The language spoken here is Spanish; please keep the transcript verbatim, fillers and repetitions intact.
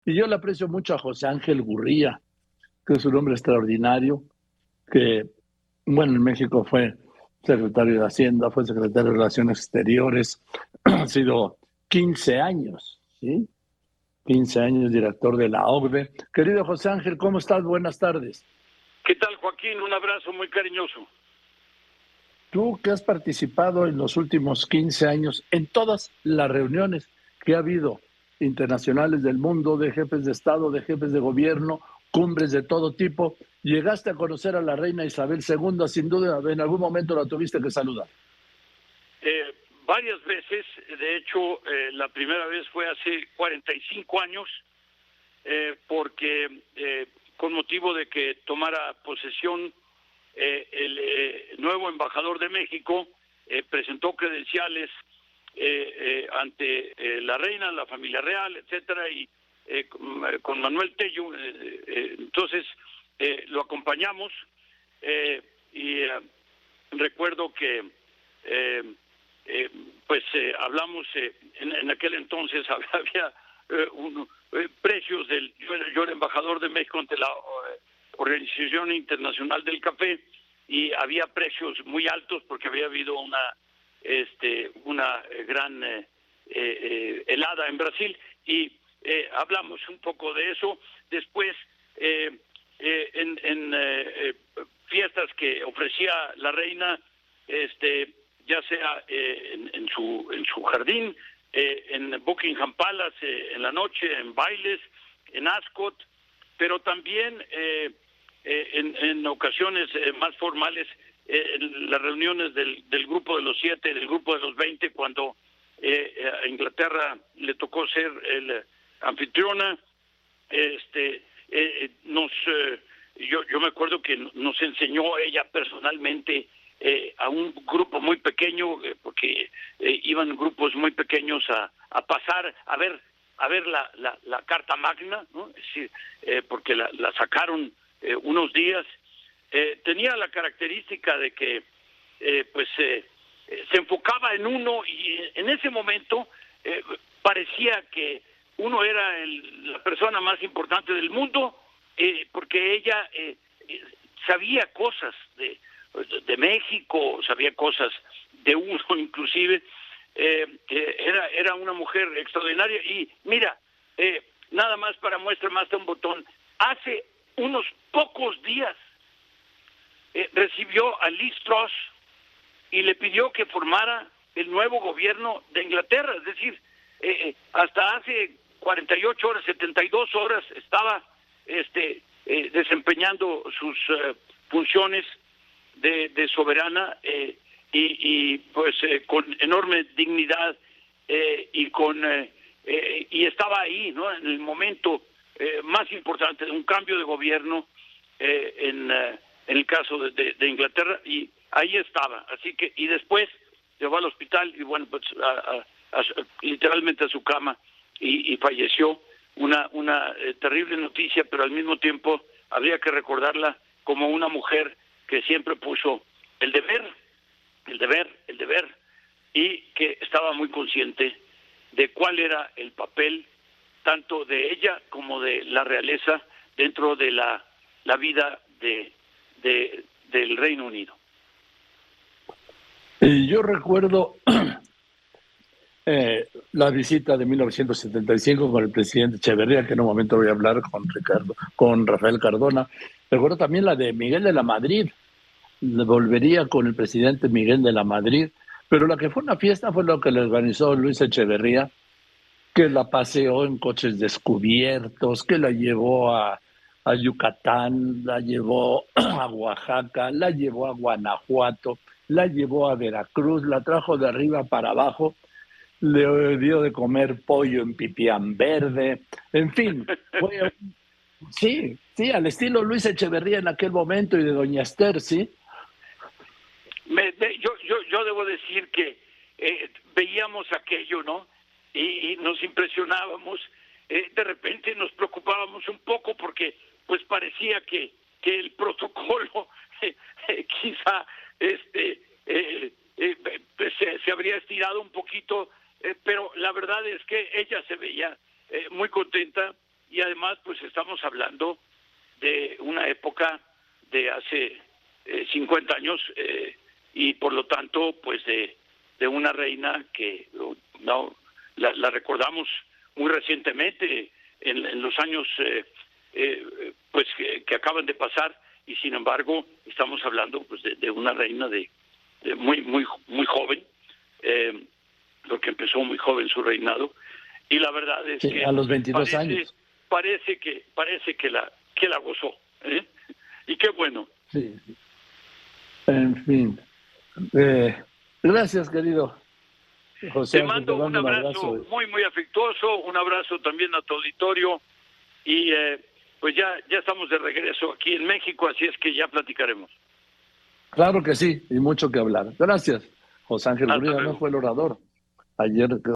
Y yo le aprecio mucho a José Ángel Gurría, que es un hombre extraordinario, que, bueno, en México fue secretario de Hacienda, fue secretario de Relaciones Exteriores, ha sido quince años, ¿sí? quince años director de la O C D E. Querido José Ángel, ¿cómo estás? Buenas tardes. ¿Qué tal, Joaquín? Un abrazo muy cariñoso. Tú que has participado en los últimos quince años en todas las reuniones que ha habido internacionales del mundo, de jefes de Estado, de jefes de gobierno, cumbres de todo tipo, llegaste a conocer a la reina Isabel segunda, sin duda, en algún momento la tuviste que saludar. Eh, varias veces, de hecho, eh, la primera vez fue hace cuarenta y cinco años, eh, porque eh, con motivo de que tomara posesión eh, el eh, nuevo embajador de México, eh, presentó credenciales eh, eh, ante eh, la reina, la familia real, etcétera, y eh, con, con Manuel Tello, eh, eh, entonces eh, lo acompañamos eh, y eh, recuerdo que eh, eh, pues eh, hablamos eh, en, en aquel entonces había eh, un, eh, precios del yo era, yo era embajador de México ante la eh, Organización Internacional del Café y había precios muy altos porque había habido una este una eh, gran eh, eh, helada en Brasil y eh, hablamos un poco de eso. Después eh, eh, en, en eh, fiestas que ofrecía la reina, este ya sea eh, en, en su en su jardín, eh, en Buckingham Palace, eh, en la noche, en bailes, en Ascot, pero también eh, eh, en, en ocasiones eh, más formales, eh, en las reuniones del, del grupo de los siete, del grupo de los veinte, cuando eh, a Inglaterra le tocó ser el anfitriona, este eh, nos eh, yo yo me acuerdo que nos enseñó ella personalmente eh, a un grupo muy pequeño, eh, porque eh, iban grupos muy pequeños a, a pasar a ver a ver la, la, la Carta Magna, ¿no? Es decir, eh, porque la, la sacaron eh, unos días. Eh, tenía la característica de que eh, pues eh, se enfocaba en uno y en ese momento eh, parecía que uno era el, la persona más importante del mundo, eh, porque ella eh, eh, sabía cosas de, de México, sabía cosas de uno inclusive, eh, eh, era, era una mujer extraordinaria. Y mira, eh, nada más para muestra más de un botón, hace unos pocos días eh, recibió a Liz Truss y le pidió que formara el nuevo gobierno de Inglaterra, es decir, eh, hasta hace cuarenta y ocho horas, setenta y dos horas estaba este eh, desempeñando sus eh, funciones de, de soberana eh, y, y pues eh, con enorme dignidad eh, y con eh, eh, y estaba ahí, ¿no? En el momento eh, más importante de un cambio de gobierno eh, en, eh, en el caso de, de, de Inglaterra, y ahí estaba. Así que y después llegó al hospital y bueno, pues a, a, a, literalmente a su cama y, y falleció. Una una eh, terrible noticia, pero al mismo tiempo habría que recordarla como una mujer que siempre puso el deber, el deber, el deber, y que estaba muy consciente de cuál era el papel tanto de ella como de la realeza dentro de la, la vida de, de del Reino Unido. Y yo recuerdo eh, la visita de mil novecientos setenta y cinco con el presidente Echeverría, que en un momento voy a hablar con Ricardo, con Rafael Cardona. Recuerdo también la de Miguel de la Madrid, volvería con el presidente Miguel de la Madrid, pero la que fue una fiesta fue lo que le organizó Luis Echeverría, que la paseó en coches descubiertos, que la llevó a, a Yucatán, la llevó a Oaxaca, la llevó a Guanajuato, la llevó a Veracruz, la trajo de arriba para abajo, le dio de comer pollo en pipián verde, en fin, fue, sí, sí, al estilo Luis Echeverría en aquel momento y de Doña Esther, sí. Me, de, yo, yo, yo debo decir que eh, veíamos aquello, ¿no? Y, y nos impresionábamos, eh, de repente nos preocupábamos un poco porque pues parecía que, que el protocolo eh, eh, quizá este eh, eh, pues, se, se habría estirado un poquito, eh, pero la verdad es que ella se veía eh, muy contenta y, además pues estamos hablando de una época de hace eh, cincuenta años eh, y por lo tanto pues de, de una reina que no la, la recordamos muy recientemente en, en los años eh, eh, pues que, que acaban de pasar, y sin embargo estamos hablando pues de, de una reina de, de muy muy muy joven, eh, porque empezó muy joven su reinado, y la verdad es sí, que a los veintidós parece, años. parece que parece que la que la gozó, ¿eh? Y qué bueno. Sí. En fin. Eh, gracias, querido José Te Ángel, te mando un mando un abrazo abrazo. muy muy afectuoso, un abrazo también a tu auditorio, y eh, pues ya ya estamos de regreso aquí en México, así es que ya platicaremos. Claro que sí, y mucho que hablar. Gracias, José Ángel Hasta Gurría, no luego. fue el orador. Ayer